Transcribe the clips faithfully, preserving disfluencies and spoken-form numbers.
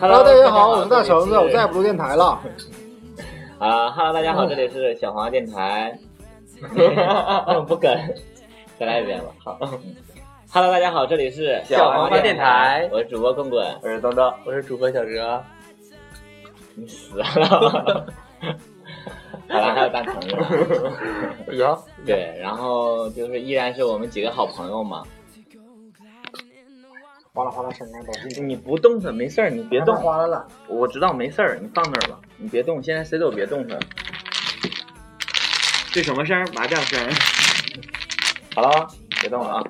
Hello， 大家好，我是大橙子，我再也不录电台了。 啊哈喽，大家好，这里是小黄电台。不跟，再来一遍吧。好。Hello， 大家好，这里是小黄花电台， 我是主播棍棍， 我是东东，我是主播小哲。 你死了。好了，还有大橙子。 有。 对，然后就是依然是我们几个好朋友嘛。 哗啦哗啦声啊！ 你不动它没事儿，你别动。 哗啦了， 我知道没事儿，你放那儿吧，你别动，现在谁都别动它。这什么声？麻将声。好了，别动了啊。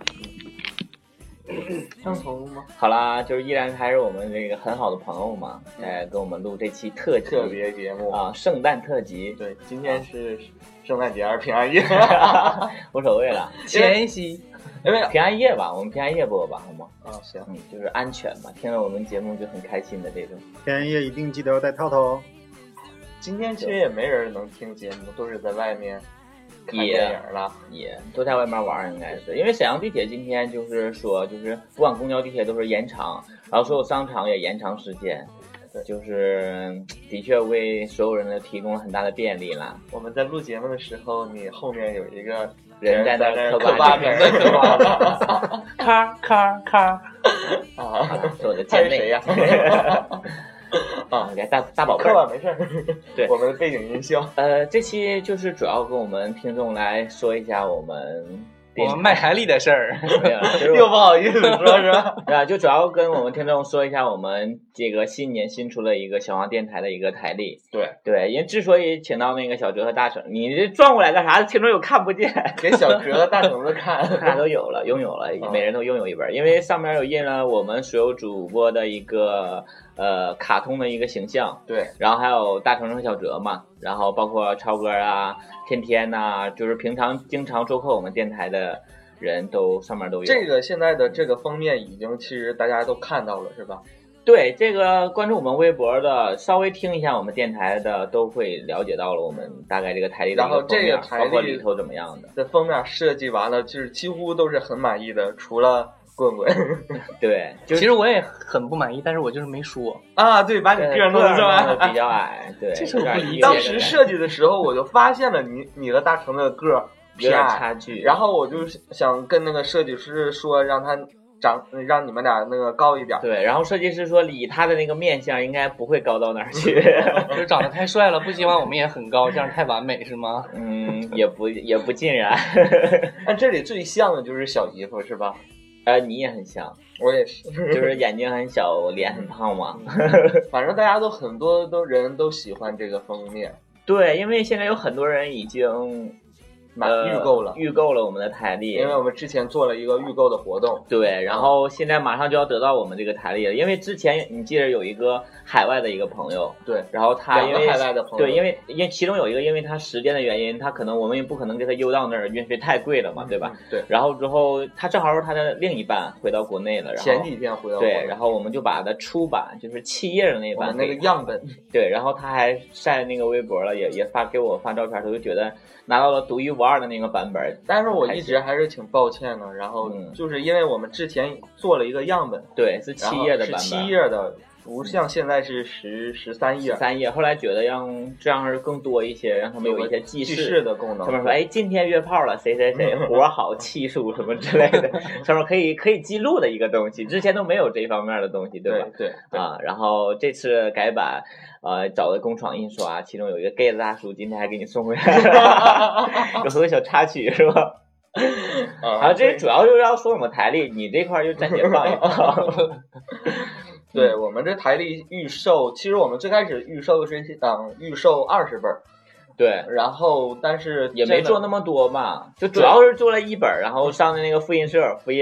相同吗？ 好啦，就是依然还是我们这个很好的朋友嘛，来跟我们录这期特辑特别节目啊，圣诞特辑。 对，今天是圣诞节还是平安夜？ 无所谓了， 前夕。 因为平安夜吧，我们平安夜播吧，好吗？ 啊，行， 嗯，就是安全嘛，听了我们节目就很开心的这种。 平安夜一定记得要戴套套哦。 今天其实也没人能听节目，都是在外面看电影了， 也都在外面玩，应该是因为沈阳地铁今天就是说，就是不管公交、地铁都是延长，然后所有商场也延长时间。就是的确为所有人都提供了很大的便利了。 我们在录节目的时候，你后面有一个人在那刻八名的刻八名， 咔咔咔啊！是我的姐妹谁呀？ 啊，给大大宝贝刻吧，没事。 对， 我们的背景音效。 呃，这期就是主要跟我们听众来说一下我们。 我们卖台历的事儿， 又不好意思说是吧？ 对啊，就主要跟我们听众说一下我们这个新年新出了一个小黄电台的一个台历。 对对，因为之所以请到那个小哲和大橙，你这转过来干啥？听众又看不见， 给小哲和大橙子看， 他俩都有了，拥有了，每人都拥有一本，因为上面有印了我们所有主播的一个呃卡通的一个形象。 对， 然后还有大橙和小哲嘛，然后包括超哥啊。天天呐、啊，就是平常经常做客我们电台的人都上面都有。 这个现在的这个封面已经其实大家都看到了，是吧？ 对，这个关注我们微博的，稍微听一下我们电台的，都会了解到了我们大概这个台历的一个封面， 然后这个台历包括里头怎么样的。 这封面设计完了，就是几乎都是很满意的，除了棍棍。 对， 其实我也很不满意，但是我就是没说啊。对，把你个儿弄的是吧？ 比较矮，对， 这是我不理解。 当时设计的时候，我就发现了你你和大橙的个儿有点差距， 然后我就想跟那个设计师说，让他长，让你们俩那个高一点。 对，然后设计师说，以他的那个面相，应该不会高到哪儿去， 就是长得太帅了，不希望我们也很高，这样太完美是吗？ 嗯，也不也不尽然。 但这里最像的就是小姨夫，是吧？ 呃，你也很像， 我也是， 就是眼睛很小，脸很胖嘛。 反正大家都很多都人都喜欢这个封面。 对，因为现在有很多人已经买预购了、 呃，预购了我们的台历， 因为我们之前做了一个预购的活动。 对，然后现在马上就要得到我们这个台历了，因为之前你记得有一个海外的一个朋友， 对， 然后他因为海外的朋友， 对，因为因为其中有一个因为他时间的原因，他可能我们也不可能给他邮到那儿，运费太贵了嘛，对吧？ 嗯、对。 然后之后他正好是他的另一半回到国内了，然后前几天回到国内， 对，然后我们就把它出版，就是七页的那版那个样本， 对，然后他还晒那个微博了，也也发给我发照片，他就觉得拿到了独一无二的那个版本。 但是我一直还是挺抱歉的，然后就是因为我们之前做了一个样本， 对，是七页的版本， 是七页的，不像现在是十十三页， 三页。后来觉得让这样是更多一些，让他们有一些记事的功能。 他们说，哎，今天约炮了，谁谁谁活好，气数什么之类的，上面可以可以记录的一个东西，之前都没有这方面的东西，对吧？ 对 对, 对啊，然后这次改版。呃，找的工厂印刷，其中有一个 gay 的大叔，今天还给你送回来，有很多小插曲是吧？ 啊， 然后这主要就是要说我们台历，你这块就暂且放一放。 对，我们这台历预售，其实我们最开始预售是嗯预售二十本。 对， 然后但是也没做那么多嘛，就主要是做了一本，然后上的那个复印社复印，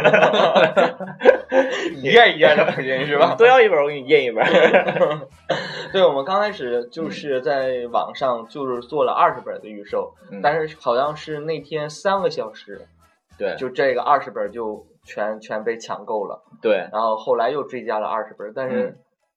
一页一页的复印是吧？ 都要一本，我给你印一本。 对，我们刚开始就是在网上就是做了二十本的预售， 嗯、 但是好像是那天三个小时， 对， 就这个二十本就全全被抢购了。 对， 然后后来又追加了二十本，但是。嗯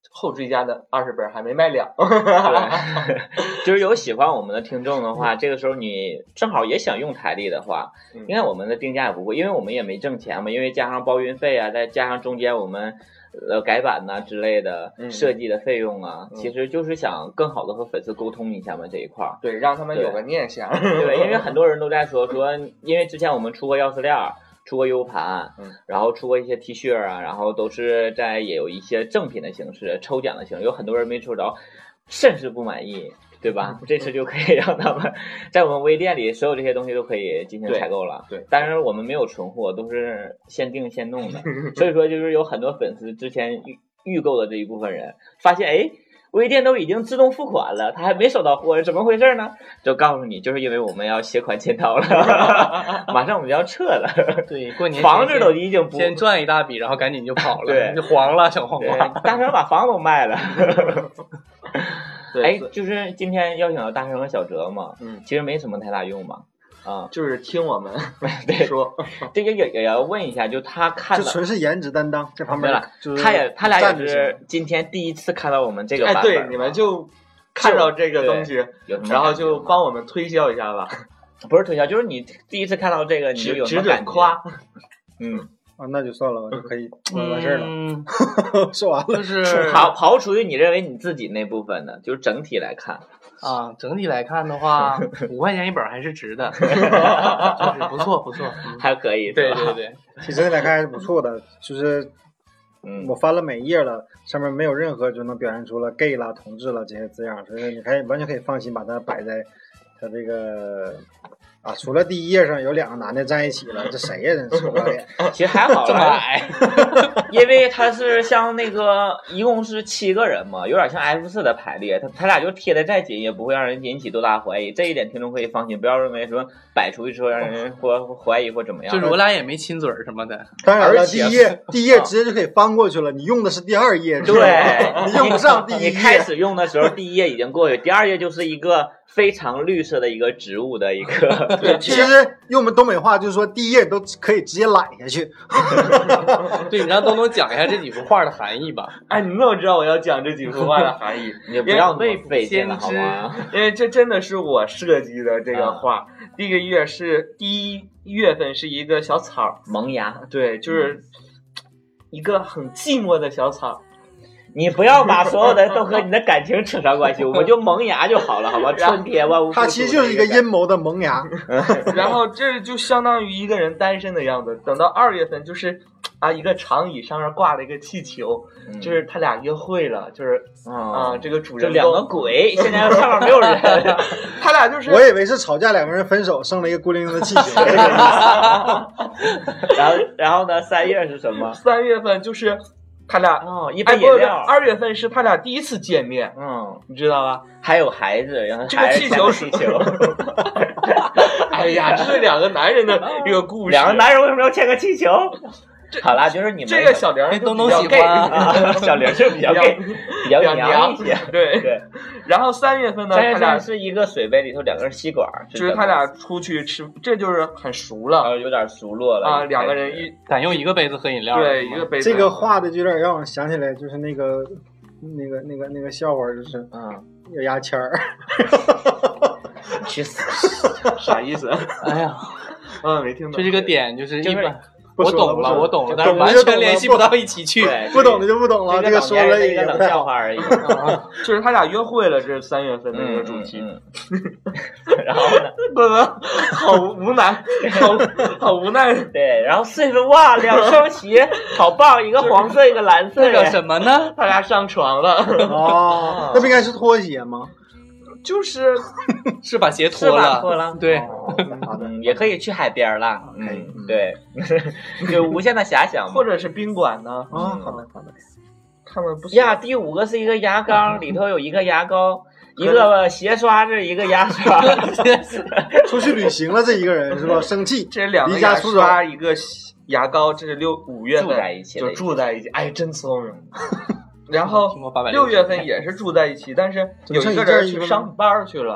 后追加的二十本还没卖了。 对，就是有喜欢我们的听众的话，这个时候你正好也想用台历的话， 嗯应该我们的定价也不贵，因为我们也没挣钱嘛，因为加上包运费啊，再加上中间我们呃改版呐、之类的嗯设计的费用啊， 嗯其实就是想更好的和粉丝沟通一下嘛这一块儿。 对，让他们有个念想。 对，因为很多人都在说说，因为之前我们出过钥匙链儿。出过 U 盘， 嗯， 然后出过一些 T 恤啊，然后都是在也有一些赠品的形式、抽奖的形式，有很多人没抽着，甚是不满意，对吧？这次就可以让他们在我们微店里，所有这些东西都可以进行采购了。 对，对当然我们没有存货，都是现订现弄的，所以说就是有很多粉丝之前预预购的这一部分人，发现哎。微店都已经自动付款了，他还没收到货，怎么回事呢？就告诉你，就是因为我们要携款潜逃了，马上我们就要撤了。 对，过年房子都已经不先赚一大笔，然后赶紧就跑了， 对， 就黄了，小黄瓜， 大成把房都卖了。 对， 哎，就是今天邀请到大成和小哲嘛， 嗯， 其实没什么太大用嘛。啊、嗯， 就是听我们对说， 这个也也要问一下，就他看这纯是颜值担当，这旁边了， 就是他也他俩也是今天第一次看到我们这个版本， 哎，对，你们就看到这个东西，然后就帮我们推销一下吧。 不是推销，就是你第一次看到这个，你就有什么感觉？ 夸， 嗯。 啊，那就算了吧，就可以完事儿了。 嗯， 说完了， 就是刨刨除于你认为你自己那部分的，就是整体来看啊，整体来看的话，五块钱一本还是值的，就是不错不错， 嗯、还可以。 对对对， 其实整体来看还是不错的，就是嗯， 我翻了每一页了，上面没有任何就能表现出了 gay 啦、同志啦这些字样，所以你可以完全可以放心把它摆在它这个。啊，除了第一页上有两个男的站一起了，这谁呀？这臭不要脸！ 其实还好这么矮， 因为他是像那个一共是七个人嘛，有点像 F 四 的排列，他他俩就贴的再紧，也不会让人引起多大怀疑。这一点听众可以放心，不要认为说摆出去之后让人或怀疑或怎么样。 就是我俩也没亲嘴什么的。 当然了，第一页第一页直接就可以翻过去了，你用的是第二页， 对， 你用不上第一页。 你开始用的时候，第一页已经过去，第二页就是一个非常绿色的一个植物的一个。 对，其实用我们东北话就是说，第一页都可以直接揽下去。 对，你让东东讲一下这几幅画的含义吧。 哎，你怎么知道我要讲这几幅画的含义？ 你不要那么费劲了好吗？ 因为这真的是我设计的这个画。啊、第一个月是第一月份是一个小草萌芽， 对，就是一个很寂寞的小草。 你不要把所有的都和你的感情扯上关系，我们就萌芽就好了，好吧？春天万物复苏。 它其实就是一个阴谋的萌芽。 然后这就相当于一个人单身的样子。等到二月份，就是啊，一个长椅上面挂了一个气球，嗯、就是他俩约会了，就是啊、嗯，这个主人公两个鬼，现在上面没有人， 他俩就是。 我以为是吵架，两个人分手，剩了一个孤零零的气球。 然后，然后呢？三月是什么？ 三月份就是。他俩哦，一杯饮料。 二月份是他俩第一次见面， 嗯， 你知道吧？ 还有孩子，然后这个气球， 气球。 哎呀，这是两个男人的一个故事。 两个男人为什么要牵个气球？好啦，就是你们这个小玲东东喜欢， 啊、小玲是比较 gay， 比较娘一些。 对对。 然后三月份呢， 他俩是一个水杯里头两根吸管， 就是他俩出去吃，这就是很熟了， 呃，有点熟络了啊。两个人一敢用一个杯子喝饮料， 对，一个杯子。 这个画的就有点让我想起来，就是那个那个那个那个笑话，就是嗯， 有牙签儿。 去死！ 啥意思？ 哎呀， 嗯，没听懂。 就这个点，就是一般。 我懂了，我懂了，但是完完全联系不到一起去。 不懂的就不懂了，这个说了一个冷笑话而已。 就是他俩约会了，这是三月份的一个主题。 嗯嗯、然后呢？ 不不，好无奈，好好无奈。 对，然后四月份哇，两双鞋，好棒，一个黄色，一个蓝色。 代表什么呢？ 他俩上床了。 哦，那不应该是拖鞋吗？ 就是是把鞋脱了， 脱了， 对， 好的， 也可以去海边了，嗯，对，有无限的遐想， 或者是宾馆呢？ 啊，好的好的， 他们不呀，第五个是一个牙缸，里头有一个牙膏，一个鞋刷子，一个牙刷， 出去旅行了这一个人是吧？生气， 这两个牙刷，一个牙膏，这是六五月份住在一起， 就住在一起，哎，真聪明。然后六月份也是住在一起，但是有一个人去上班去了，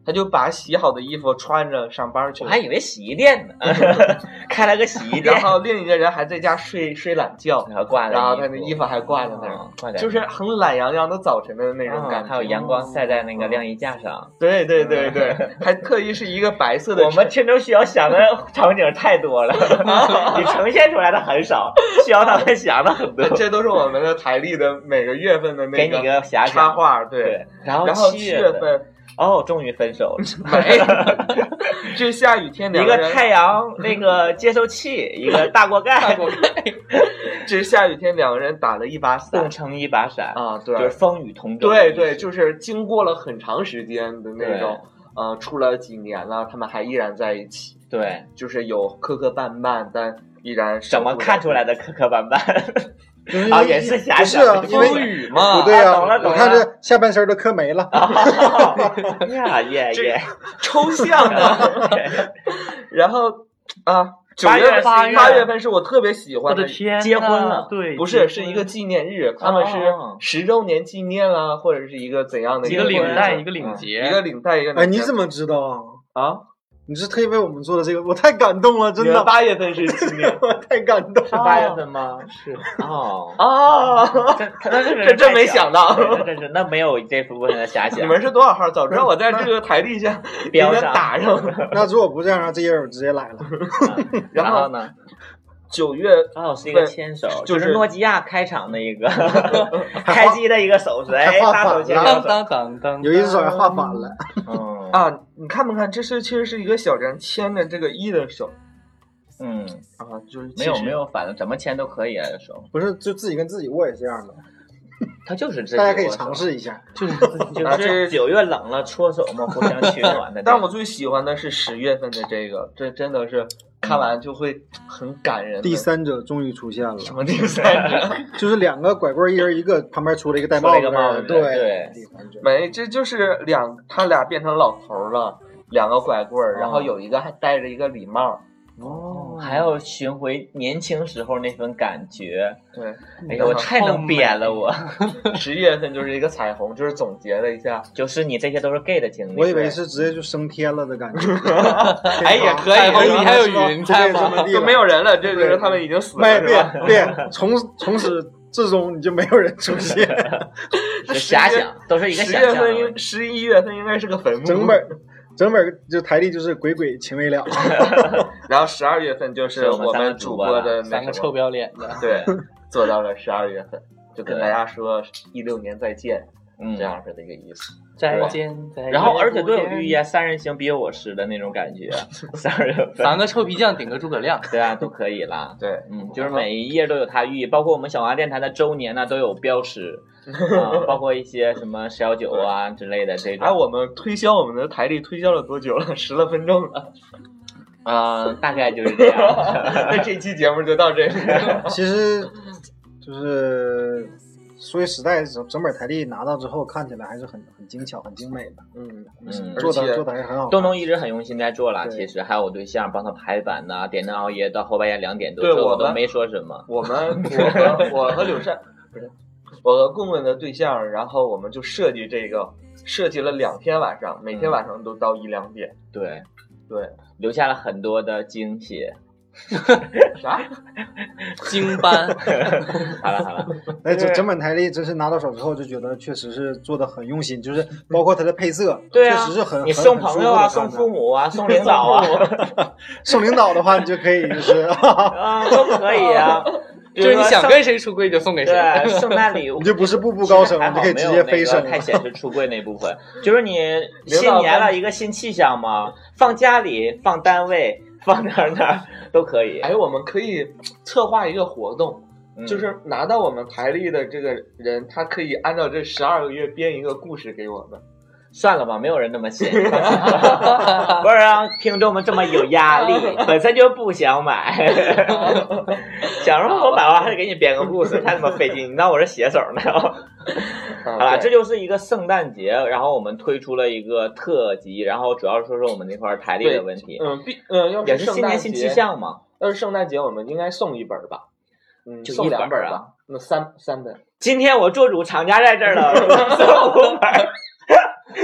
他就把洗好的衣服穿着上班去了。 我还以为洗衣店呢，开了个洗衣店。 然后另一个人还在家睡睡懒觉， 然后挂着， 然后他的衣服还挂在那儿， 嗯、 就是很懒洋洋的早晨的那种感觉。 还有阳光晒在那个晾衣架上。 对对对对，还特意是一个白色的。 我们听众需要想的场景太多了，你呈现出来的很少，需要他们想的很多。 这都是我们的台历的每个月份的那个给你个遐想插画，对。 对然后然后七月份。 哦，终于分手了。 没，这下雨天一个太阳那个接收器，一个大锅盖。 大锅盖。这下雨天两个人打了一把伞， 共撑一把伞啊，对， 就是风雨同舟。 对对，就是经过了很长时间的那种，呃，处了几年了，他们还依然在一起。 对， 就是有磕磕绊绊，但依然怎么看出来的磕磕绊绊？ 啊， 也是遐想， 是啊，因为雨嘛， 不对啊， 懂了懂了， 我看这下半身都磕没了。 呀耶耶， 抽象的。然后啊， 八月八八月份是我特别喜欢的，我的天， 结婚了， 对， 不是是一个纪念日，他们是十周年纪念啦，或者是一个怎样的一个领带，一个领结， 一个领带，一个领结。 哎，你怎么知道啊？ 啊？ 你是特意为我们做的这个，我太感动了，真的。 八月份是纪念， 我太感动了。 是八月份吗？ 是哦哦， 这这这真没想到， 这是那没有这部分的遐想。 你们是多少号？早知道我在这个台历下标上打上。 那如果不这样，这页我直接来了。 然后呢？ 九月哦，是一个牵手， 就是诺基亚开场的一个开机的一个手势，哎，大手牵手， 当当当当， 有一只手还画反了。 嗯啊，你看没看？这是其实是一个小人牵着这个一的手。 嗯啊，就是没有没有反的，怎么牵都可以啊，这手不是就自己跟自己握也是这样的。 他就是这， 大家可以尝试一下。 就是就是九月冷了搓手嘛，互相取暖的。 但我最喜欢的是十月份的这个，这真的是看完就会很感人。 第三者终于出现了。 什么第三者？ 就是两个拐棍，一人一个，旁边出了一个戴帽子的。对对， 没，这就是两他俩变成老头了，两个拐棍，然后有一个还戴着一个礼帽。 哦，还要寻回年轻时候那份感觉。 对， 哎呀，我太能编了我。 十月份就是一个彩虹，就是总结了一下， 就是你这些都是 gay 的经历。 我以为是直接就升天了的感觉。 哎，也可以， 你还有云彩吗？ 就没有人了，这就是他们已经死了。 没变变，从从始至终你就没有人出现。 是遐想，都是一个想象。十月份应十一月份应该是个坟墓。 整本。整本就台历就是鬼鬼情未了， 然后十二月份就是我们主播的三个臭不要脸的， 对，做到了十二月份，就跟大家说一六年再见， 嗯， 这样式的一个意思。 再见，再见。 然后而且都有寓意啊，三人行必有我师的那种感觉。十二月份， 三个臭皮匠顶个诸葛亮， 对啊，都可以啦。 对， 嗯，就是每一页都有它寓意，包括我们小华电台的周年呢都有标识。啊，包括一些什么十幺九啊之类的这种。 哎，我们推销我们的台历推销了多久了？十来分钟了。 啊、呃，大概就是这样。 那这期节目就到这里。 其实，就是所以时代整整本台历拿到之后，看起来还是很很精巧、很精美的。 嗯嗯， 做的做的还是很好。 东东一直很用心在做了，其实还有我对象帮他排版呐、啊，点灯熬夜到后半夜两点多， 对我都没说什么。 我们我和我和柳善不是。我和顾问的对象，然后我们就设计这个，设计了两天晚上，每天晚上都到一两点。 对， 对， 留下了很多的惊喜。 啥？ 精斑。 好了好了， 哎，整整本台历真是拿到手之后就觉得确实是做的很用心，就是包括它的配色， 对啊， 确实是很你送朋友啊，送父母啊，送领导啊， 送领导的话你就可以就是啊，都可以啊。 就是你想跟谁出柜就送给谁， 对，圣诞礼物你就不是步步高升，你就可以直接飞升。 太显示出柜那部分，就是你新年了一个新气象嘛，放家里、放单位、放哪儿哪儿都可以。 哎，我们可以策划一个活动， 嗯、 就是拿到我们台历的这个人，他可以按照这十二个月编一个故事给我们。 算了吧，没有人那么闲，不是让听众们这么有压力，本身就不想买，想说我买完还得给你编个故事，太他妈费劲，你当我是写手呢？好了，这就是一个圣诞节，然后我们推出了一个特辑，然后主要说说我们那块台历的问题。 嗯，必嗯，要也是新年新气象嘛。 要是圣诞节，我们应该送一本吧？嗯， 就送两本啊？那三三本。 今天我做主，厂家在这儿了，送五本。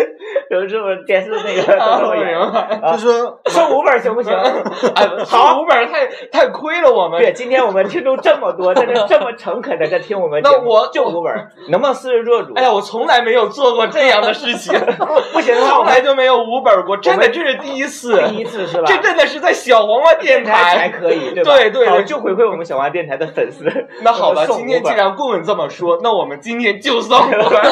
有这种电视那个啊动物园， 就说送五本行不行？ 哎，好五本太太亏了我们。 对，今天我们听众这么多，在这这么诚恳的在听我们节目， 那我就五本，能不能四十做主？ 哎呀，我从来没有做过这样的事情， 不行的话， 从来就没有五本过，真的这是第一次， 第一次是吧？ 这真的是在小黄瓜电台才台可以，对吧？ 对对对， 好，就回馈我们小黄瓜电台的粉丝。 那好吧， 送今天五本既然顾问这么说，那我们今天就送五本。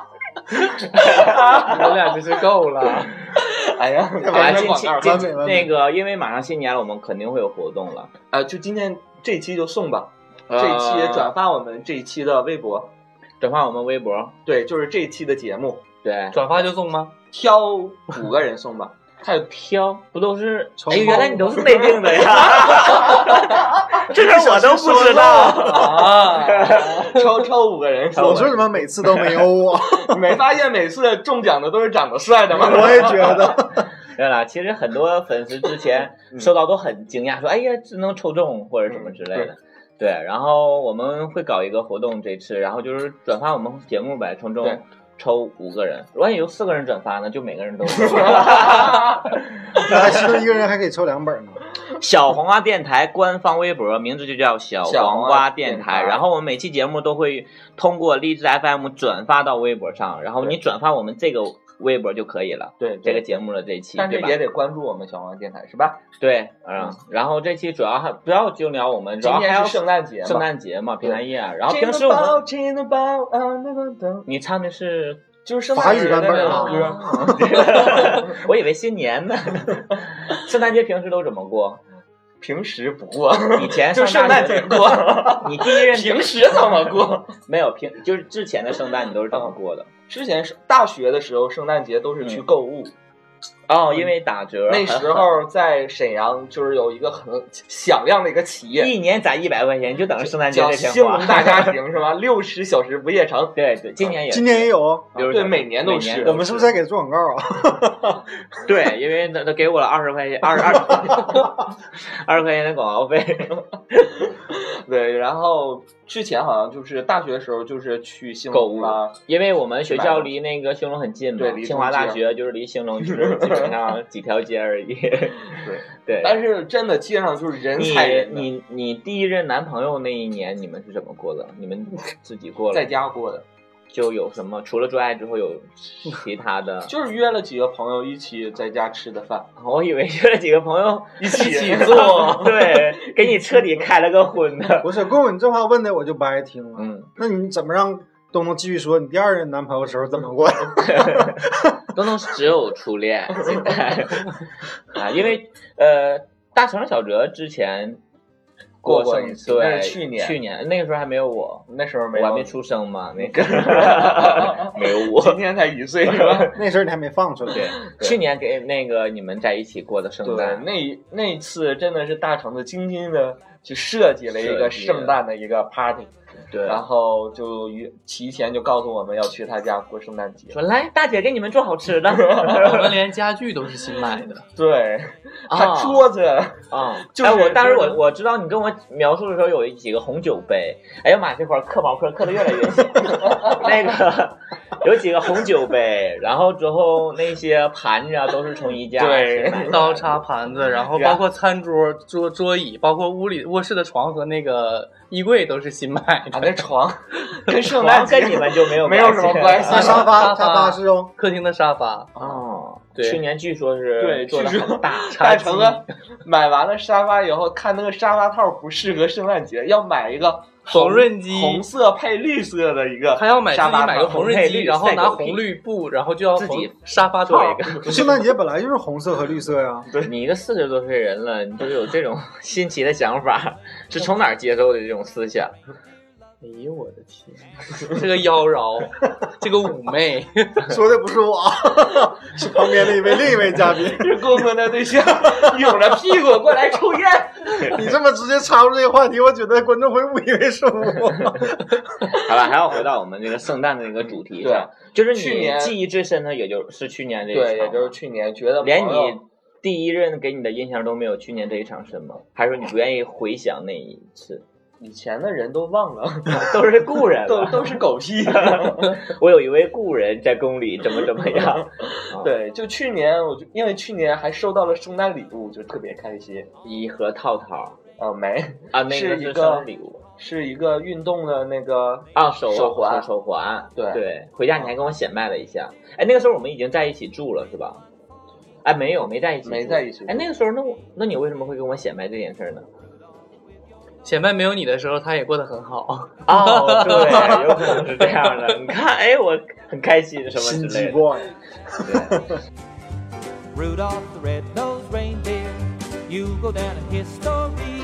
你们俩真是够了。 哎呀， 好了，近期完近美完美那个，因为马上新年了，我们肯定会有活动了。 啊，就今天这一期就送吧， 呃这一期转发我们这一期的微博， 转发我们微博， 对，就是这一期的节目， 对， 转发就送吗？ 挑五个人送吧。 还有挑，不都是？ 抽哎，原来你都是内定的呀！这事我都不知道啊！抽抽五个人送， 我说怎么每次都没有我？ 你没发现每次中奖的都是长得帅的吗？ 我也觉得。 对了，其实很多粉丝之前收到都很惊讶，说：“哎呀，这能抽中或者什么之类的。”对，然后我们会搞一个活动，这次，然后就是转发我们节目呗，从中抽五个人，万一有四个人转发呢，就每个人都抽。 那其中一个人还可以抽两本呢。 小黄瓜电台官方微博名字就叫小黄瓜电台， 小黄瓜电台然后我们每期节目都会通过荔枝 F M 转发到微博上，然后你转发我们这个微博就可以了。 对， 这个节目的这一期， 但是对吧也得关注我们小黄瓜电台是吧？ 对，嗯，然后这期主要还不要就聊我们，主今天要还要是圣诞节嘛， 圣诞节嘛，平安夜，然后平时我们听得饱， 你唱的是就是圣诞节的那个歌，我以为新年呢。圣诞节平时都怎么过？ 平时不过， 以前就圣诞节过。 你第一任平时怎么过？ 没有平，就是之前的圣诞你都是怎么过的？ 之前是大学的时候，圣诞节都是去购物。 哦，因为打折。 那时候在沈阳就是有一个很响亮的一个企业， 一年攒一百块钱，就等着圣诞节这天花。 兴隆大家庭是吧？六十小时不夜城。 对对，今年也今年也有， 对，每年都是。 我们是不是在给做广告啊？对，因为他他给我了二十块钱，二十二二十块钱的广告费。 对，然后之前好像就是大学的时候就是去兴隆啊， 因为我们学校离那个兴隆很近嘛， 对， 清华大学就是离兴隆就是基本上几条街而已。对对， 但是真的街上就是人踩人。 你你你第一任男朋友那一年你们是怎么过的？你们自己过了？ 在家过的。 就有什么？除了做爱之后有其他的？ 就是约了几个朋友一起在家吃的饭。 我以为约了几个朋友一起一起做，对，给你彻底开了个荤的。 不是，顾问，你这话问的我就不爱听了。 嗯， 那你怎么让东东继续说你第二任男朋友的时候怎么过的？ 东东只有初恋现在啊，因为呃，大成小哲之前。 过过一次， 对， 去年去年那个时候还没有我， 那时候没有， 我还没出生嘛，那个没有我， 今天才一岁是吧？ 那时候你还没放出来。 对，去年给那个你们在一起过的圣诞， 那那一次真的是大橙子精心的去设计了一个圣诞的一个 party。 对， 然后就提前就告诉我们要去他家过圣诞节， 说来大姐给你们做好吃的， 我们连家具都是新买的。 对，他桌子啊， 就是我当时我我知道你跟我描述的时候有几个红酒杯，哎呀妈，这块刻毛嗑刻的越来越细，那个有几个红酒杯，然后之后那些盘子啊都是从宜家对刀叉盘子，然后包括餐桌桌桌椅，包括屋里卧室的床和那个衣柜都是新买的。 啊，那床跟圣诞跟你们就没有没有什么关系。 那沙发沙发是用客厅的沙发哦， 对， 去年据说是对做的很大。 大成哥买完了沙发以后，看那个沙发套不适合圣诞节，要买一个缝纫机， 红色配绿色的一个， 他要买自己买个缝纫机，然后拿红绿布，然后就要自己沙发做一个。 圣诞节本来就是红色和绿色呀。 对，你一个四十多岁人了，你就是有这种新奇的想法，是从哪儿接受的这种思想？ 哎呦我的天，这个妖娆，这个妩媚， 说的不是我，是旁边的一位另一位嘉宾， 是公公的对象，扭着屁股过来抽烟。 你这么直接插入这个话题，我觉得观众会误以为是我。 好吧，还要回到我们这个圣诞的一个主题上，就是你记忆最深的，也就是去年这一场， 对，也就是去年，觉得连你第一任给你的印象都没有去年这一场深吗？还是说你不愿意回想那一次？ 以前的人都忘了， 都是故人都都是狗屁。 我有一位故人在宫里怎么怎么样。 对，就去年我就因为去年还收到了圣诞礼物，就特别开心， 一盒套套。 呃，没啊，那个是一个礼物， 是一个运动的那个啊手手环手环。 对对，回家你还跟我显摆了一下。哎，那个时候我们已经在一起住了是吧？哎，没有，没在一起， 没在一起。 哎，那个时候那我那你为什么会跟我显摆这件事呢？ 显摆没有你的时候，他也过得很好。 哦，对，有可能是这样的。你看，哎，我很开心什么之类的。 Rudolph the red-nosed reindeer, you go down in history.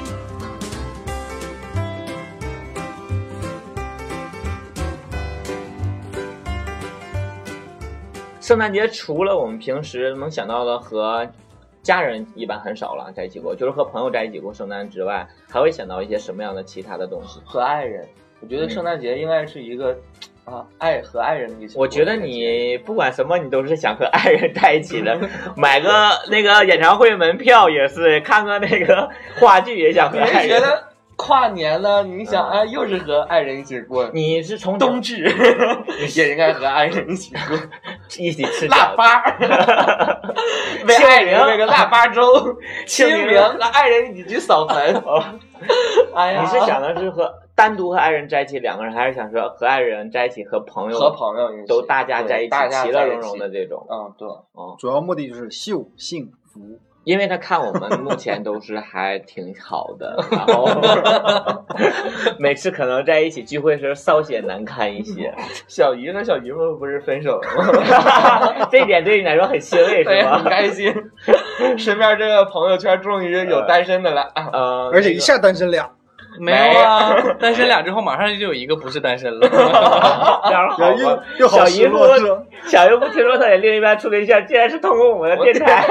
圣诞节除了我们平时能想到的和家人一般很少了在一起过，就是和朋友在一起过圣诞之外，还会想到一些什么样的其他的东西？ 和爱人，我觉得圣诞节应该是一个、嗯、啊爱和爱人一起。 我觉得你不管什么，你都是想和爱人在一起的。买个那个演唱会门票也是，看个那个话剧也想和爱人。 跨年了，你想，哎、嗯，又是和爱人一起过。 你是从冬至，也应该和爱人一起过， 一起吃腊八，为爱人那个腊八粥，清明和爱人一起去扫坟。哎呀， 你是想的是和单独和爱人在一起两个人，还是想说和爱人在一起和朋友和朋友都大家在一起，其乐融融的这种？ 嗯，对， 嗯，主要目的就是秀幸福。 因为他看我们目前都是还挺好的，然后每次可能在一起聚会时稍显难堪一些。 小姨和小姨夫不是分手了吗？ 这一点对你来说很欣慰是吗？ 很开心，身边这个朋友圈终于有单身的了， 呃，而且一下单身俩。 没有啊，单身俩之后马上就有一个不是单身了， 这样好吗？ 又好失落。 小姨夫听说他的另一半处对象，竟然是通过我们的电台。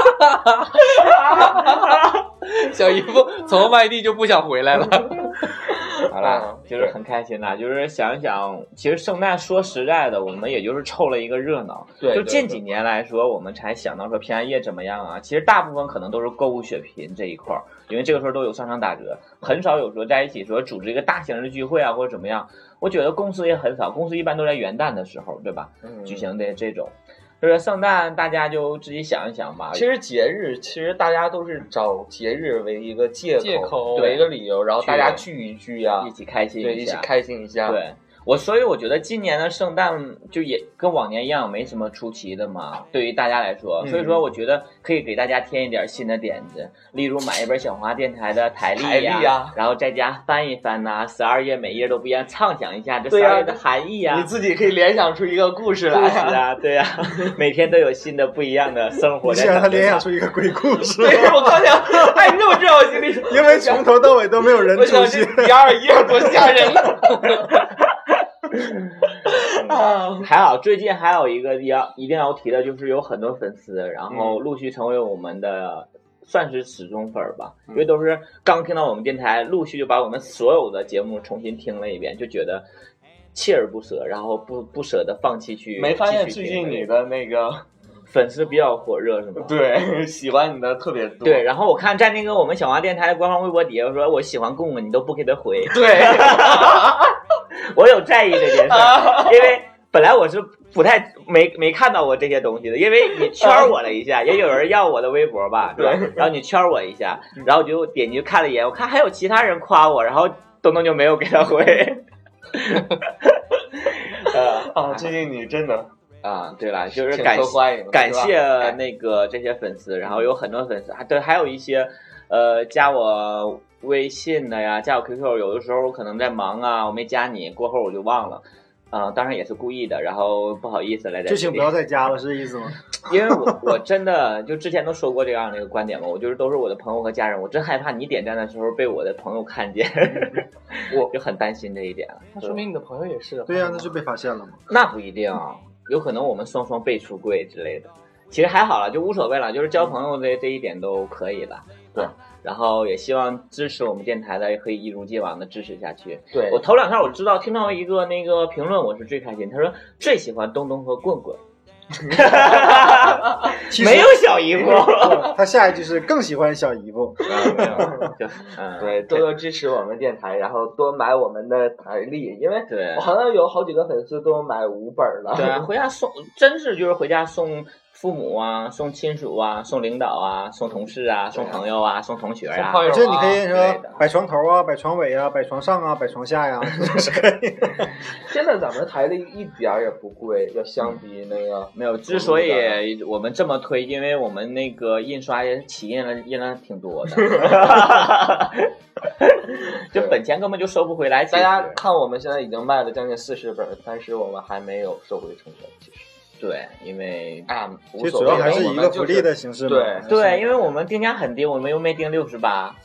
小姨夫从外地就不想回来了。 好了，就是很开心啦。就是想一想，其实圣诞说实在的，我们也就是凑了一个热闹。 对， 就近几年来说，我们才想到说平安夜怎么样啊？其实大部分可能都是购物血拼这一块儿，因为这个时候都有商场打折，很少有说在一起说组织一个大型的聚会啊，或者怎么样。我觉得公司也很少，公司一般都在元旦的时候，对吧？嗯，举行的这种。就是圣诞，大家就自己想一想吧。 其实节日，其实大家都是找节日为一个借口， 借口为一个理由，然后大家聚一聚啊， 一起开心一下， 对，一起开心一下。 对。我所以我觉得今年的圣诞就也跟往年一样，没什么出奇的嘛。对于大家来说，所以说我觉得可以给大家添一点新的点子，例如买一本小华电台的台历呀、啊啊，然后在家翻一翻呐、啊，十二页每页都不一样，畅想一下这十二页的含义啊， 你自己可以联想出一个故事来、啊。 故事啊，对啊，每天都有新的不一样的生活。 你想让他联想出一个鬼故事？ 对，我刚想，哎，你怎么知道我心里？ 因为从头到尾都没有人出现。 第二页多吓人呢！ 嗯、还好，最近还有一个要一定要提的，就是有很多粉丝，然后陆续成为我们的、嗯、算是死忠粉吧，因为都是刚听到我们电台，陆续就把我们所有的节目重新听了一遍，就觉得锲而不舍，然后不不舍得放弃去。 没发现最近你的那个粉丝比较火热是吗？ 对，喜欢你的特别多。 对，然后我看在那个我们小华电台的官方微博底下说我喜欢供你都不给他回。 对。 我有在意这件事，因为本来我是不太没没看到过这些东西的，因为你圈我了一下，也有人要我的微博吧，对吧？然后你圈我一下，然后我就点进去看了一眼，我看还有其他人夸我，然后东东就没有给他回。 呃啊，最近你真的啊，对了，就是感谢感谢那个这些粉丝，然后有很多粉丝，对，还有一些呃加我微信的呀，加我 Q Q， 有的时候我可能在忙啊，我没加你，过后我就忘了，呃，当然也是故意的，然后不好意思来在这里。 就请不要再加了，是这意思吗？ 因为我我真的就之前都说过这样的一个观点嘛，我就是都是我的朋友和家人，我真害怕你点赞的时候被我的朋友看见，我就很担心这一点了。 那说明你的朋友也是。 对呀、啊，那就被发现了嘛。 那不一定，有可能我们双双被出柜之类的。其实还好了，就无所谓了，就是交朋友这这一点都可以了。对。然后也希望支持我们电台的也可以一如既往的支持下去。 对， 我头两天我知道听到一个那个评论，我是最开心。他说最喜欢东东和棍棍。 没有小姨夫。 他下一句是更喜欢小姨夫。 没有，就嗯， 对，多多支持我们电台，然后多买我们的台历，因为对我好像有好几个粉丝都买五本了。 对啊，回家送，真是就是回家送父母啊，送亲属啊，送领导啊，送同事啊，送朋友啊，送同学啊。 我觉得你可以说摆床头啊，摆床尾啊，摆床上啊，摆床下呀，是可以。 现在咱们台历一点也不贵，要相比那个没有。之所以我们这么推，因为我们那个印刷也起印了，印了挺多的。就本钱根本就收不回来。 大家看，我们现在已经卖了将近四十本，但是我们还没有收回成本。其实。 对，因为啊， 其实主要还是一个福利的形式嘛。 对对，因为我们定价很低，我们又没定六十八。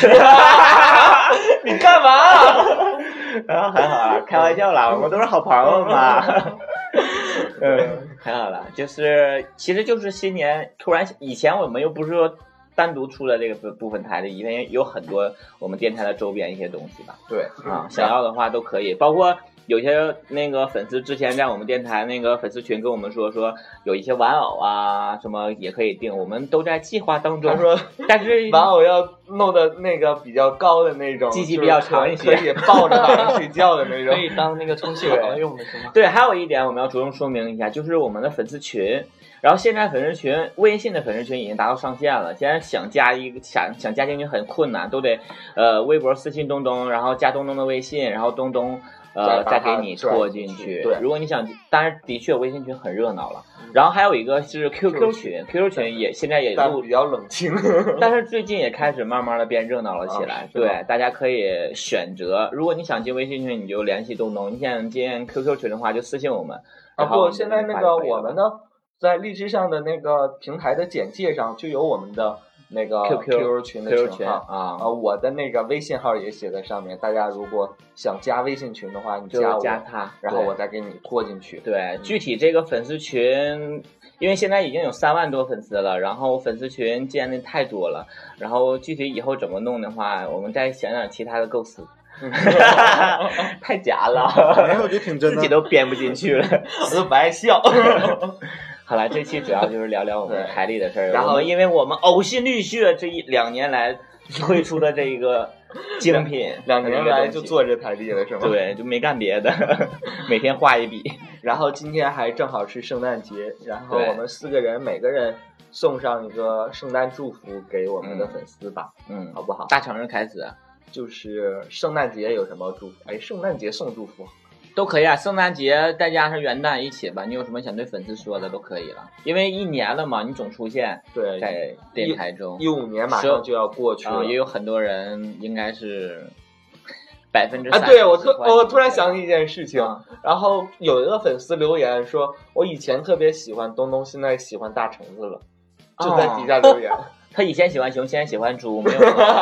你干嘛？ 然后还好啦，开玩笑啦，我们都是好朋友嘛。嗯，还好啦，就是其实就是新年突然，以前我们又不是说单独出了这个部分台的，因为有很多我们电台的周边一些东西吧。 对啊，想要的话都可以，包括。有些那个粉丝之前在我们电台那个粉丝群跟我们说说有一些玩偶啊什么也可以订，我们都在计划当中。 他说， 但是玩偶要弄的那个比较高的那种， 机器比较长一些， 可以抱着晚上睡觉的那种， 可以当那个充气娃娃用的是吗？ 对，还有一点我们要着重说明一下，就是我们的粉丝群。然后现在粉丝群，微信的粉丝群已经达到上限了。现在想加一个想想加进去很困难，都得呃微博私信东东，然后加东东的微信，然后东东。呃，再给你拖进去。 对， 如果你想，当然的确微信群很热闹了。然后还有一个是 Q Q 群 ，Q Q 群也现在也录比较冷清， 但是最近也开始慢慢的变热闹了起来。对，大家可以选择，如果你想进微信群，你就联系东东；你想进 Q Q 群的话，就私信我们。 啊不，现在那个我们呢，在荔枝上的那个平台的简介上就有我们的。那个 Q Q 群的群号啊啊，我的那个微信号也写在上面。大家如果想加微信群的话，你加我加他， 然后我再给你拖进去。 对，具体这个粉丝群，因为现在已经有三万多粉丝了，然后粉丝群建的太多了，然后具体以后怎么弄的话，我们再想想其他的构思。太假了， 没有，我觉得挺真的， 自己都编不进去了， 我都不爱笑。 好了，这期主要就是聊聊我们台历的事儿。 然后， 因为我们呕心沥血这一两年来推出的这个精品， 两年来就做这台历了，是吗？ 对，就没干别的，每天画一笔。 然后今天还正好是圣诞节，然后我们四个人每个人送上一个圣诞祝福给我们的粉丝吧， 嗯， 好不好？ 大成日开始， 就是圣诞节有什么祝福？哎，圣诞节送祝福。 都可以啊，圣诞节再加上元旦一起吧，你有什么想对粉丝说的都可以了，因为一年了嘛，你总出现对在电台中， 一五年马上就要过去了， 啊、也有很多人应该是百分之三啊，对我突我突然想起一件事情、 嗯， 然后有一个粉丝留言说，我以前特别喜欢东东，现在喜欢大橙子了，就在底下留言。哦他以前喜欢熊，现在喜欢猪，没有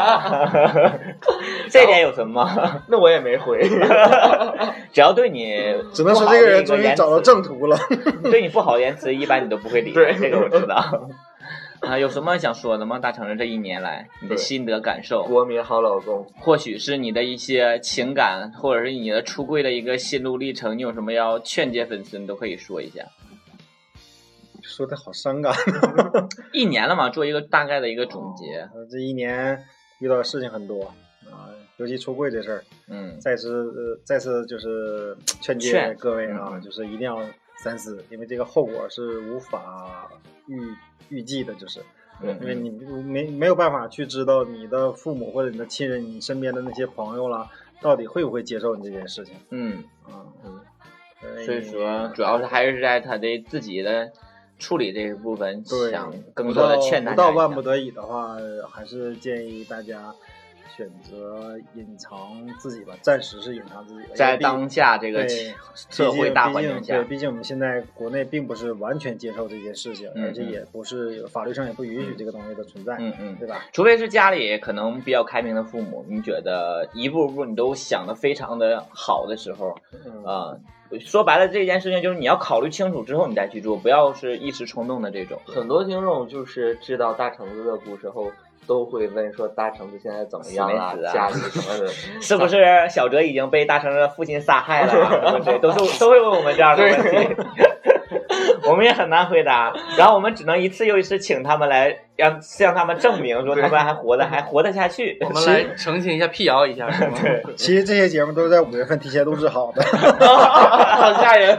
这点有什么？ 那我也没回。 只要对你， 只能说这个人终于找到正途了。 对你不好的言辞，一般你都不会理。 对， 这个我知道。啊，有什么想说的吗？大成人这一年来你的心得感受？ 国民好老公， 或许是你的一些情感，或者是你的出柜的一个心路历程，你有什么要劝诫粉丝，你都可以说一下。 说的好伤感。 一年了嘛，做一个大概的一个总结。 哦、这一年遇到的事情很多啊，尤其出柜这事儿， 嗯， 再次呃再次就是劝诫各位啊、嗯，就是一定要三思，因为这个后果是无法预预计的，就是。 嗯， 因为你没没有办法去知道你的父母或者你的亲人，你身边的那些朋友啦，到底会不会接受你这件事情。 嗯啊嗯， 所以说主要是还是在他的自己的处理这一部分，想更多的劝大家。 不到万不得已的话，还是建议大家选择隐藏自己吧，暂时是隐藏自己吧。 在当下这个社会大环境下， 对，毕竟我们现在国内并不是完全接受这件事情， 嗯、 而且也不是法律上也不允许这个东西的存在， 嗯嗯， 对吧？ 除非是家里可能比较开明的父母，你觉得一步步你都想得非常的好的时候，啊、 嗯。 呃说白了，这件事情就是你要考虑清楚之后你再去做，不要是一时冲动的这种。 很多听众就是知道大橙子的故事后，都会问说大橙子现在怎么样了、啊？家里什么的， 是不是小哲已经被大橙子的父亲杀害了、啊？对，都是都会问我们这样的问题。 我们也很难回答，然后我们只能一次又一次请他们来，让向他们证明说他们还活得还活得下去。 我们来澄清一下，辟谣一下，是吗？ 对， 其实这些节目都是在五月份提前录制好的， 好吓人。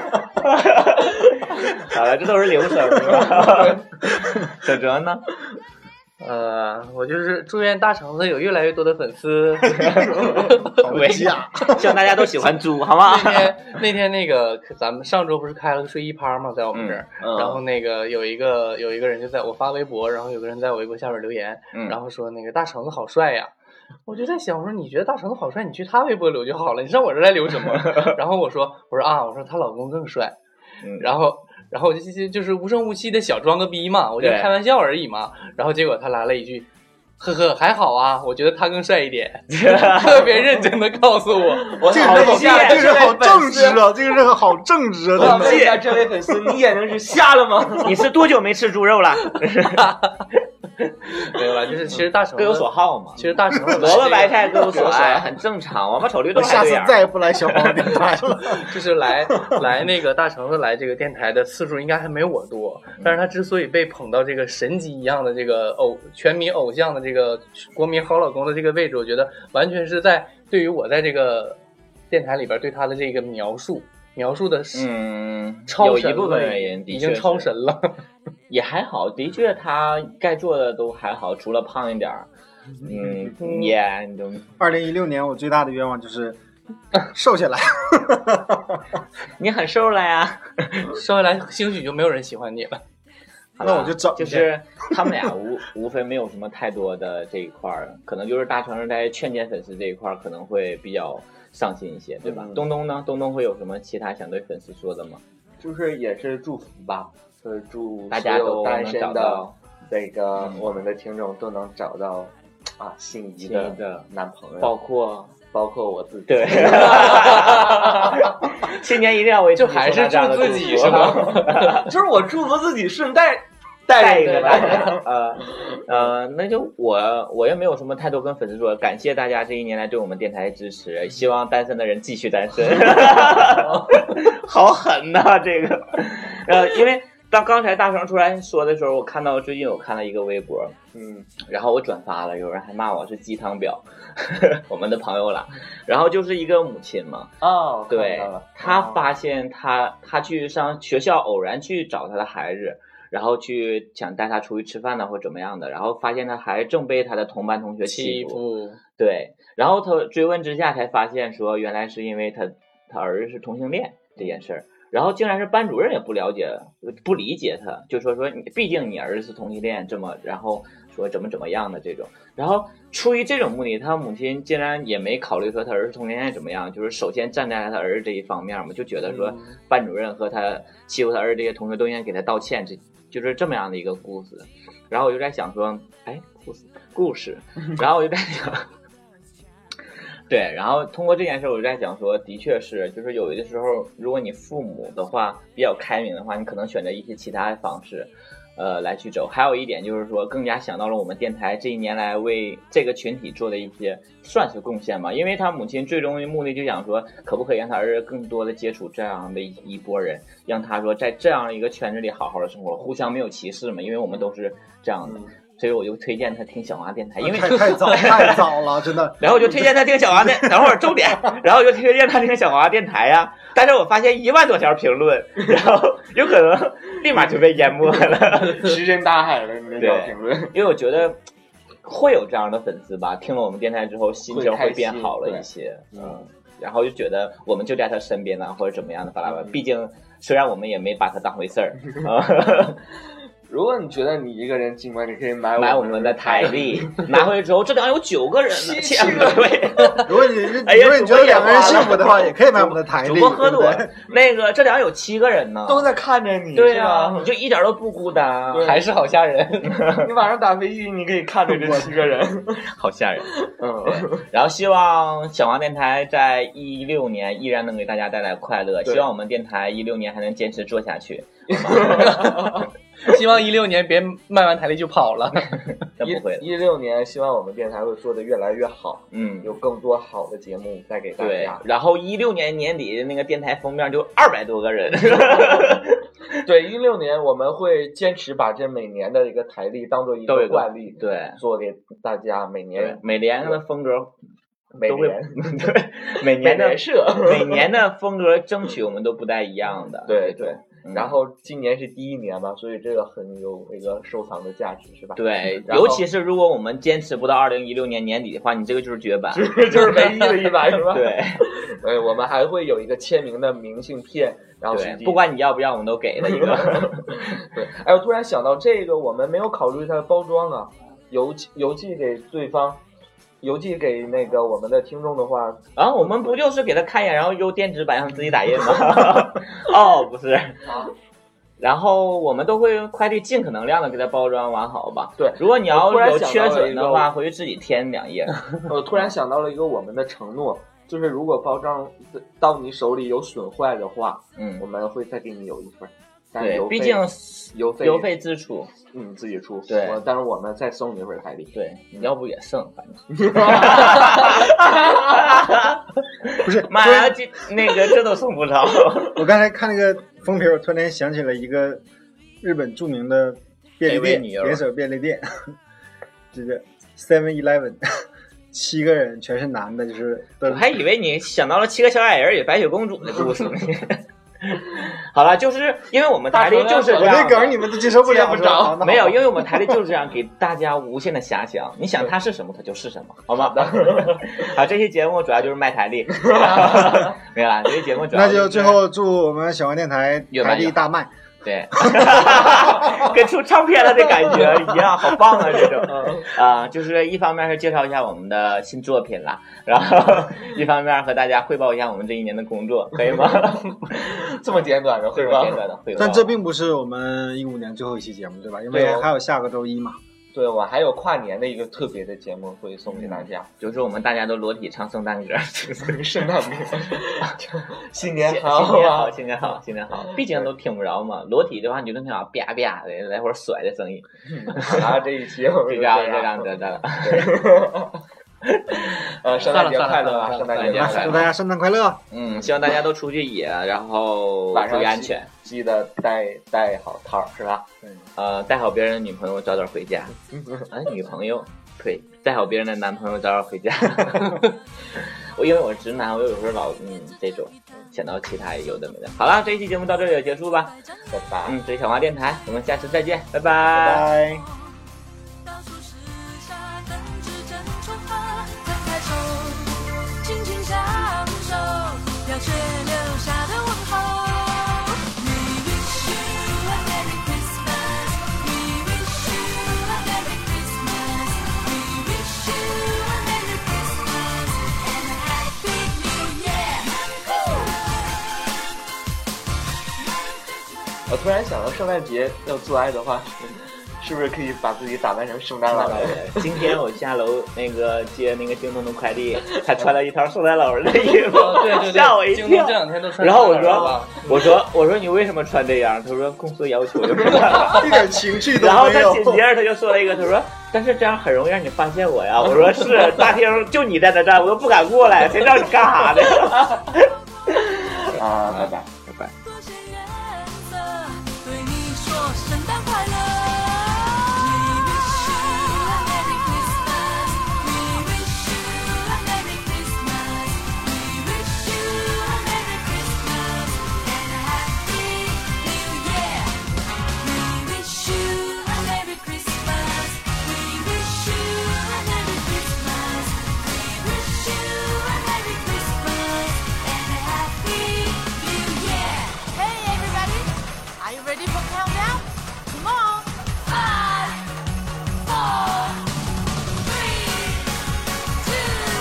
好了，这都是流程，是吧？小哲呢？ 呃，我就是祝愿大橙子有越来越多的粉丝。 好假， 希望大家都喜欢猪，好吗？ 那天那天那个咱们上周不是开了个睡衣趴嘛，在我们这儿、 嗯嗯， 然后那个有一个有一个人就在我发微博，然后有个人在我微博下面留言， 嗯、 然后说那个大橙子好帅呀。我就在想，我说你觉得大橙子好帅，你去他微博留就好了，你上我这儿来留什么？然后我说我说啊，我说她老公更帅， 嗯、 然后。然后我就就就是无声无息的小装个逼嘛，我就开玩笑而已嘛。然后结果他来了一句，呵呵，还好啊，我觉得他更帅一点，特别认真的告诉我， 我这个人这个人好正直啊，这个人好正直啊！ 我问一下这位粉丝，你眼睛是瞎了吗？ 你是多久没吃猪肉了？ 没有了，就是其实大橙各有所好嘛。 其实大橙子萝卜白菜各有所爱，很正常。我们瞅绿豆下次再也不来小黄电台了。 就是来来那个大橙子来这个电台的次数应该还没我多，但是他之所以被捧到这个神级一样的这个偶全民偶像的这个国民好老公的这个位置，我觉得完全是在对于我在这个电台里边对他的这个描述。描述的是， 嗯， 超神有一部分原因已经超神了， 也还好，的确他该做的都还好，除了胖一点儿，嗯，也你都。 二零一六年我最大的愿望就是瘦下来， 你很瘦了呀， 瘦下来兴许就没有人喜欢你了。 那我就找， 就是他们俩无无非没有什么太多的这一块儿，可能就是大橙在劝谏粉丝这一块儿可能会比较。上心一些，对吧？嗯、东东呢？东东会有什么其他想对粉丝说的吗？ 就是也是祝福吧，就是祝大家都单身的这个、嗯、我们的听众都能找到啊心仪的男朋友， 包括包括我自己。 对，新年一定要为就还是祝自己是吧？ 就是我祝福自己，顺带。 带一个大家，呃，呃，那就我我也没有什么太多跟粉丝说，感谢大家这一年来对我们电台的支持，希望单身的人继续单身，好狠呐、啊、这个，呃，因为当刚才大橙出来说的时候，我看到最近我看了一个微博，嗯，然后我转发了，有人还骂我是鸡汤婊，我们的朋友了，然后就是一个母亲嘛， 哦， 对，她发现她她去上学校偶然去找她的孩子。然后去想带他出去吃饭呢，或怎么样的，然后发现他还正被他的同班同学欺负，对，然后他追问之下才发现说，原来是因为他他儿子是同性恋这件事儿，然后竟然是班主任也不了解不理解他，就说说毕竟你儿子是同性恋，这么然后说怎么怎么样的这种，然后出于这种目的，他母亲竟然也没考虑说他儿子同性恋怎么样，就是首先站在他儿子这一方面嘛，就觉得说班主任和他欺负他儿子这些同学都应该给他道歉，这就是这么样的一个故事。然后我就在想说，哎，故事故事，然后我就在想，对，然后通过这件事，我就在想说，的确是，就是有的时候，如果你父母的话比较开明的话，你可能选择一些其他的方式。呃，来去走。还有一点就是说，更加想到了我们电台这一年来为这个群体做的一些算是贡献吧。因为他母亲最终的目的就想说，可不可以让他儿子更多的接触这样的一波人，让他说在这样一个圈子里好好的生活，互相没有歧视嘛。因为我们都是这样的。嗯，所以我就推荐他听小华电台，因为太太早太早了，真的。 然后我就推荐他听小华电，等会儿重点，然后我就推荐他听小华电台呀。但是我发现一万多条评论，然后有可能立马就被淹没了， 石沉大海了。你那条评论， 因为我觉得会有这样的粉丝吧，听了我们电台之后，心情会变好了一些，嗯，然后就觉得我们就在他身边啊，或者怎么样的巴拉巴拉。毕竟虽然我们也没把他当回事儿啊。 如果你觉得你一个人尽管你可以买买我们的台历，拿回去之后，这两有九个人呢，千个对。 如果你如果你觉得两个人幸福的话，也可以买我们的台历。 主播喝多，那个这两有七个人呢， 都在看着你。 对啊，你就一点都不孤单， 还是好吓人。 你晚上打飞机，你可以看着这七个人， 好吓人。嗯，然后希望小王电台在一六年依然能给大家带来快乐，希望我们电台一六年还能坚持做下去。 希望一六年别卖完台历就跑了。 一不会了。 一六年，希望我们电台会做得越来越好， 嗯， 有更多好的节目带给大对家。。 然后一六年年底那个电台封面就二百多个人。 对，一六年我们会坚持把这每年的一个台历当做一个都有一个惯例， 对做给大家每对年， 每年的风格每都会年对每年的每年社每年的风格争取我们都不带一样的。 对对。 嗯然后今年是第一年嘛，所以这个很有一个收藏的价值，是吧？ 对， 然后尤其是如果我们坚持不到二零一六年年底的话，你这个就是绝版， 就是唯一的一版，是吧？ 对， 呃，我们还会有一个签名的明信片，然后实对， 际不管你要不要，我们都给了一个。 对，哎，我突然想到这个，我们没有考虑它的包装啊，邮寄邮寄给对方，邮寄给那个我们的听众的话， 然后我们不就是给他看一眼，然后邮电子版让他自己打印吗？哦，不是。然后我们都会快递尽可能量的给它包装完好吧。 对， 如果你要我突然有缺想到了一个损的话，回去自己添两页。 我突然想到了一个我们的承诺，就是如果包装到你手里有损坏的话， 嗯我，们会再给你邮一份。但是对邮，费毕竟邮费邮费支出。 嗯自己出， 对我但是我们再送你一份台历。 对，你要不也剩，反正。 不是， 妈呀，这那个这都送不着。 我刚才看那个封皮，我突然想起了一个日本著名的便利店， 北威女友连锁便利店，这个 Seven Eleven， 七个人全是男的，就是都我还以为你想到了七个小矮人与白雪公主的故事呢。好了，就是因为我们台历就是这我样的， 这梗你们都接受不了， 接不着是吧没有，因为我们台历就是这样，给大家无限的遐想。你想它是什么，它就是什么，好吗？好，这期节目主要就是卖台历，没有啦，这期节目主要、 那就最后祝我们小王电台台越卖越好历大卖。 对，跟出唱片了的感觉一样，好棒啊！这种啊、呃，就是一方面是介绍一下我们的新作品啦，然后一方面和大家汇报一下我们这一年的工作，可以吗？ 这么简短的汇报， 简短的汇报。 但这并不是我们一五年最后一期节目，对吧？因为对还有下个周一嘛。 对，我还有跨年的一个特别的节目会送给大家， 就是我们大家都裸体唱圣诞歌， 圣诞歌，新年新好， 新年好，新年好，新年好。毕竟都听不着嘛，裸体的话你就能听到啪啪的来回甩的声音。 然后这一期我们就这样，这样，这样。 呃，圣诞节快乐啊！圣诞节快乐！ 祝大家圣诞快乐！ 嗯，希望大家都出去野，然后晚上注意安全， 记得带带好套，是吧？ 呃，带好别人的女朋友，早点回家。啊，女朋友，对，带好别人的男朋友，早点回家。我因为我直男，我有时候老嗯这种想到其他也有的没的。好了，这一期节目到这里就结束吧， 拜拜。 嗯，这里小花电台，我们下次再见，拜拜。 拜拜。 到处是下等指针戳破，摊开手，轻轻享受要却留下的问候。We wish you a Merry Christmas. We wish you a Merry Christmas. We wish you a Merry Christmas and a Happy New Year. 我突然想到，圣诞节要做爱的话，是不是可以把自己打扮成圣诞老人？ 今天我下楼那个接那个京东的快递，他穿了一套圣诞老人的衣服， 哦对对对， 吓我一跳京东这。两天都穿然后我说圣诞老人吧， 我说我说你为什么穿这样？他说公司要求就是这样。 一点情趣都然后没有。 他紧接着他就说了一个，他说但是这样很容易让你发现我呀。我说是，大厅就你在那站，我都不敢过来，谁知道你干啥的？ 啊，拜拜。 拜拜。 多些颜色，对你说圣诞快乐。We wish you a Merry Christmas. We wish you a Merry Christmas. We wish you a Merry Christmas and a Happy New Year. We wish you a Merry Christmas. We wish you a Merry Christmas. We wish you a Merry Christmas and a Happy New Year. Hey everybody, are you ready for countdown? Come on. Five, four, three, two,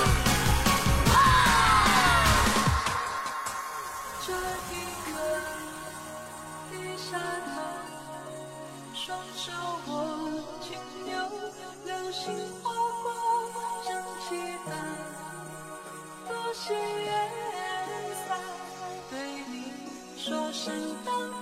one. 这一刻，闭上头，双手握紧扭，流星划过蒸汽般多些颜色，对你说声当。